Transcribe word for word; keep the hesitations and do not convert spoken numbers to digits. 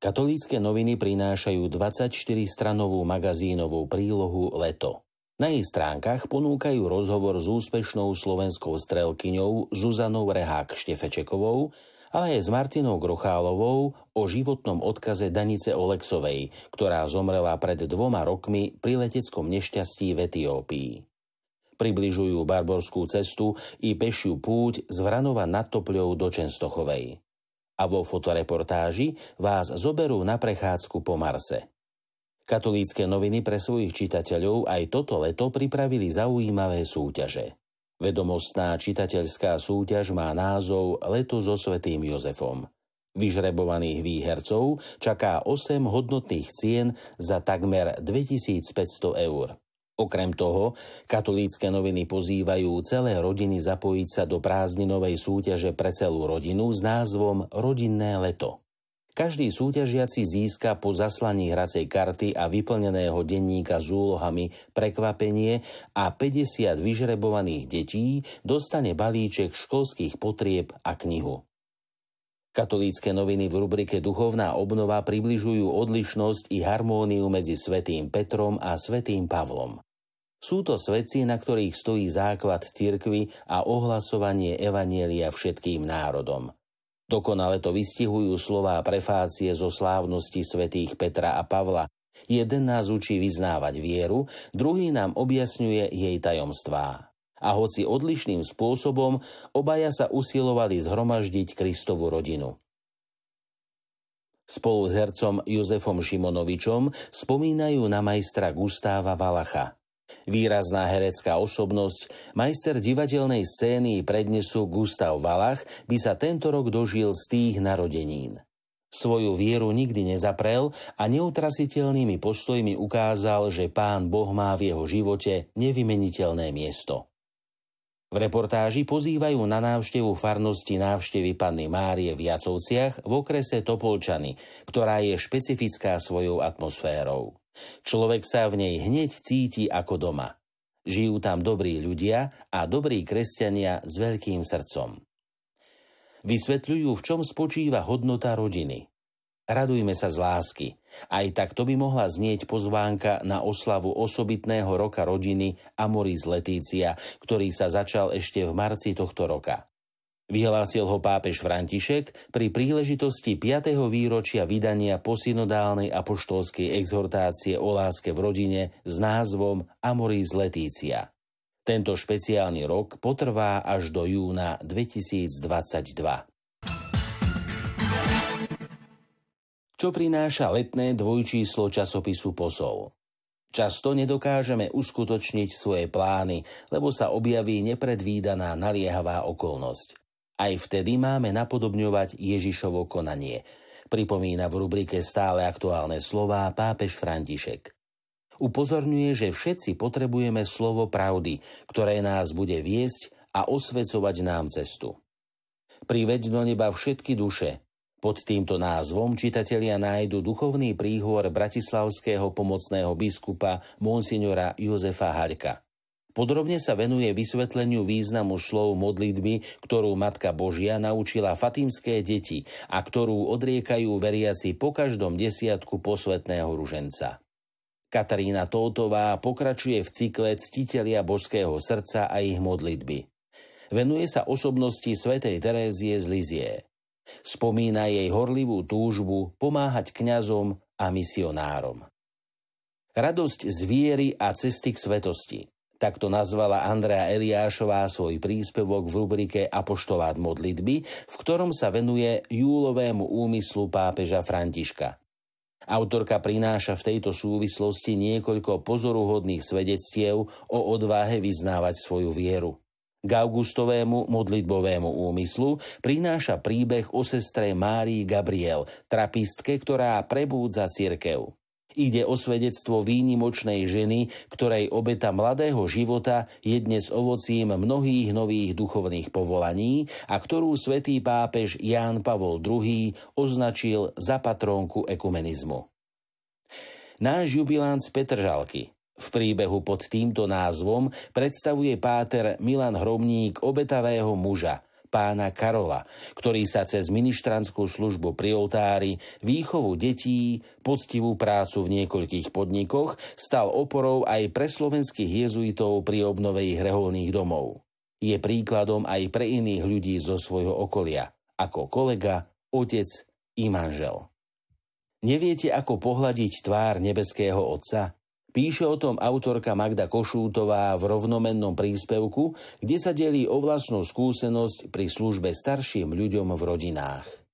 Katolícke noviny prinášajú dvadsaťštyristranovú magazínovú prílohu Leto. Na jej stránkach ponúkajú rozhovor s úspešnou slovenskou strelkyňou Zuzanou Rehák-Štefečekovou, ale aj s Martinou Grochálovou o životnom odkaze Danice Oleksovej, ktorá zomrela pred dvoma rokmi pri leteckom nešťastí v Etiópii. Približujú barborskú cestu i pešiu púť z Vranova nad Topľou do Čenstochovej. A vo fotoreportáži vás zoberú na prechádzku po Marse. Katolícke noviny pre svojich čitateľov aj toto leto pripravili zaujímavé súťaže. Vedomostná čitateľská súťaž má názov Leto so svätým Jozefom. Vyžrebovaných výhercov čaká osem hodnotných cien za takmer dvetisícpäťsto eur. Okrem toho, katolícke noviny pozývajú celé rodiny zapojiť sa do prázdninovej súťaže pre celú rodinu s názvom Rodinné leto. Každý súťažiaci získa po zaslaní hracej karty a vyplneného denníka s úlohami prekvapenie a päťdesiat vyžrebovaných detí dostane balíček školských potrieb a knihu. Katolícke noviny v rubrike Duchovná obnova približujú odlišnosť i harmóniu medzi svätým Petrom a svätým Pavlom. Sú to svätci, na ktorých stojí základ cirkvi a ohlasovanie evanjelia všetkým národom. Dokonale to vystihujú slová prefácie zo slávnosti svätých Petra a Pavla. Jeden nás učí vyznávať vieru, druhý nám objasňuje jej tajomstvá. A hoci odlišným spôsobom, obaja sa usilovali zhromaždiť Kristovu rodinu. Spolu s hercom Jozefom Šimonovičom spomínajú na majstra Gustáva Valacha. Výrazná herecká osobnosť, majster divadelnej scény prednesu Gustav Valach by sa tento rok dožil z tých narodenín. Svoju vieru nikdy nezaprel a neutrasiteľnými postojmi ukázal, že Pán Boh má v jeho živote nevymeniteľné miesto. V reportáži pozývajú na návštevu farnosti Návštevy Panny Márie v Jacovciach v okrese Topolčany, ktorá je špecifická svojou atmosférou. Človek sa v nej hneď cíti ako doma. Žijú tam dobrí ľudia a dobrí kresťania s veľkým srdcom. Vysvetľujú, v čom spočíva hodnota rodiny. Radujme sa z lásky. Aj tak to by mohla znieť pozvánka na oslavu osobitného roka rodiny Amoris Laetitia, ktorý sa začal ešte v marci tohto roka. Vyhlásil ho pápež František pri príležitosti piateho výročia vydania posynodálnej apoštolskej exhortácie o láske v rodine s názvom Amoris Laetitia. Tento špeciálny rok potrvá až do júna dvetisícdvadsaťdva. Čo prináša letné dvojčíslo časopisu Posol? Často nedokážeme uskutočniť svoje plány, lebo sa objaví nepredvídaná naliehavá okolnosť. Aj vtedy máme napodobňovať Ježišovo konanie. Pripomína v rubrike Stále aktuálne slová pápež František. Upozorňuje, že všetci potrebujeme slovo pravdy, ktoré nás bude viesť a osvecovať nám cestu. Priveď do neba všetky duše. Pod týmto názvom čitatelia nájdu duchovný príhovor bratislavského pomocného biskupa monsignora Jozefa Haľka. Podrobne sa venuje vysvetleniu významu slov modlitby, ktorú Matka Božia naučila fatímske deti a ktorú odriekajú veriaci po každom desiatku posvätného ruženca. Katarína Tótová pokračuje v cykle Ctitelia božského srdca a ich modlitby. Venuje sa osobnosti svätej Terézie z Lizie. Spomína jej horlivú túžbu pomáhať kňazom a misionárom. Radosť z viery a cesty k svetosti. Takto nazvala Andrea Eliášová svoj príspevok v rubrike Apoštolát modlitby, v ktorom sa venuje júlovému úmyslu pápeža Františka. Autorka prináša v tejto súvislosti niekoľko pozoruhodných svedectiev o odvahe vyznávať svoju vieru. K augustovému modlitbovému úmyslu prináša príbeh o sestre Márii Gabriel, trapistke, ktorá prebúdza cirkev. Ide o svedectvo výnimočnej ženy, ktorej obeta mladého života je dnes ovocím mnohých nových duchovných povolaní a ktorú svätý pápež Ján Pavol druhý. Označil za patrónku ekumenizmu. Náš jubilant z Petržalky. V príbehu pod týmto názvom predstavuje páter Milan Hromník obetavého muža, pána Karola, ktorý sa cez ministrantskú službu pri oltári, výchovu detí, poctivú prácu v niekoľkých podnikoch stal oporou aj pre slovenských jezuitov pri obnove ich reholných domov. Je príkladom aj pre iných ľudí zo svojho okolia, ako kolega, otec i manžel. Neviete, ako pohľadiť tvár nebeského Otca? Píše o tom autorka Magda Košútová v rovnomennom príspevku, kde sa delí o vlastnú skúsenosť pri službe starším ľuďom v rodinách.